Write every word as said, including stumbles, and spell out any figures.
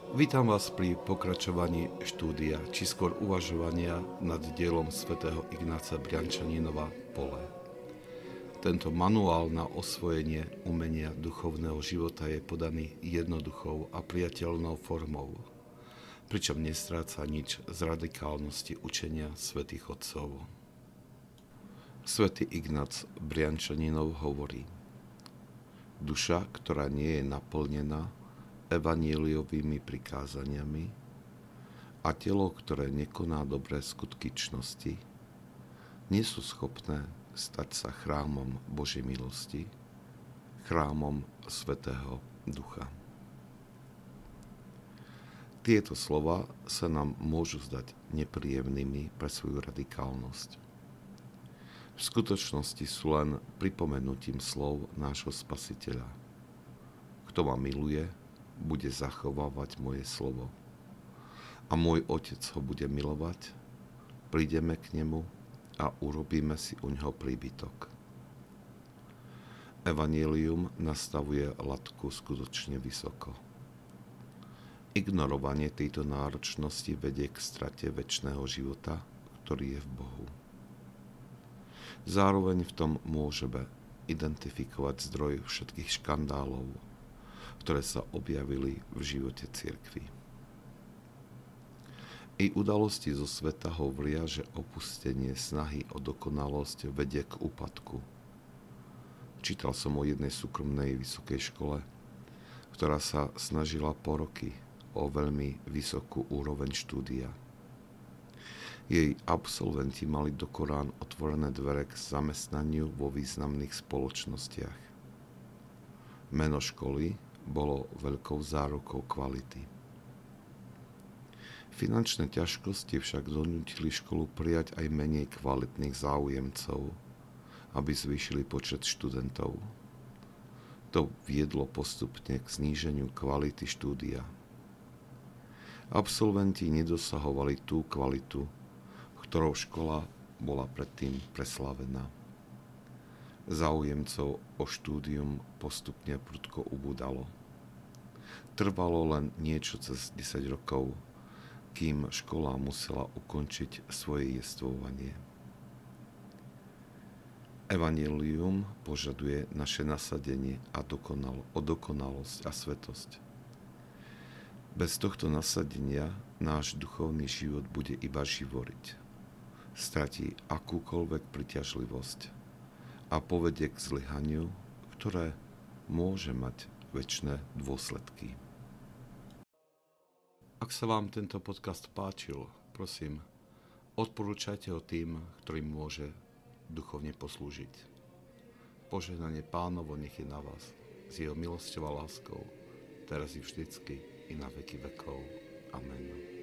Vítam vás pri pokračovaní štúdia, či skôr uvažovania nad dielom svätého Ignáca Briančaninova Pole. Tento manuál na osvojenie umenia duchovného života je podaný jednoduchou a priateľnou formou, pričom nestráca nič z radikálnosti učenia svätých otcov. Svätý Ignác Briančaninov hovorí: duša, ktorá nie je naplnená evanjeliovými prikázaniami a telo, ktoré nekoná dobré skutky čnosti, nie sú schopné stať sa chrámom Božej milosti, chrámom Svätého Ducha. Tieto slova sa nám môžu zdať nepríjemnými pre svoju radikálnosť. V skutočnosti sú len pripomenutím slov nášho Spasiteľa: kto ma miluje, bude zachovávať moje slovo. A môj Otec ho bude milovať, prídeme k nemu a urobíme si u neho príbytok. Evanjelium nastavuje latku skutočne vysoko. Ignorovanie tejto náročnosti vedie k strate večného života, ktorý je v Bohu. Zároveň v tom môžeme identifikovať zdroj všetkých škandálov, ktoré sa objavili v živote cirkvi. I udalosti zo sveta hovoria, že opustenie snahy o dokonalosť vedie k úpadku. Čítal som o jednej súkromnej vysokej škole, ktorá sa snažila po roky o veľmi vysokú úroveň štúdia. Jej absolventi mali do Korán otvorené dvere k zamestnaniu vo významných spoločnostiach. Meno školy bolo veľkou zárukou kvality. Finančné ťažkosti však donútili školu prijať aj menej kvalitných záujemcov, aby zvýšili počet študentov. To viedlo postupne k zníženiu kvality štúdia. Absolventi nedosahovali tú kvalitu, ktorou škola bola predtým preslávená. Záujemcov o štúdium postupne prudko ubúdalo. Trvalo len niečo cez desať rokov, kým škola musela ukončiť svoje jestvovanie. Evanjelium požaduje naše nasadenie a dokonal, o dokonalosť a svetosť. Bez tohto nasadenia náš duchovný život bude iba živoriť. Stratí akúkoľvek priťažlivosť a povedie k zlyhaniu, ktoré môže mať večné dôsledky. Ak sa vám tento podcast páčil, prosím, odporúčajte ho tým, ktorým môže duchovne poslúžiť. Požehnanie Pánovo nech je na vás, s jeho milosťou a láskou, teraz i vždycky, i na veky vekov. Amen.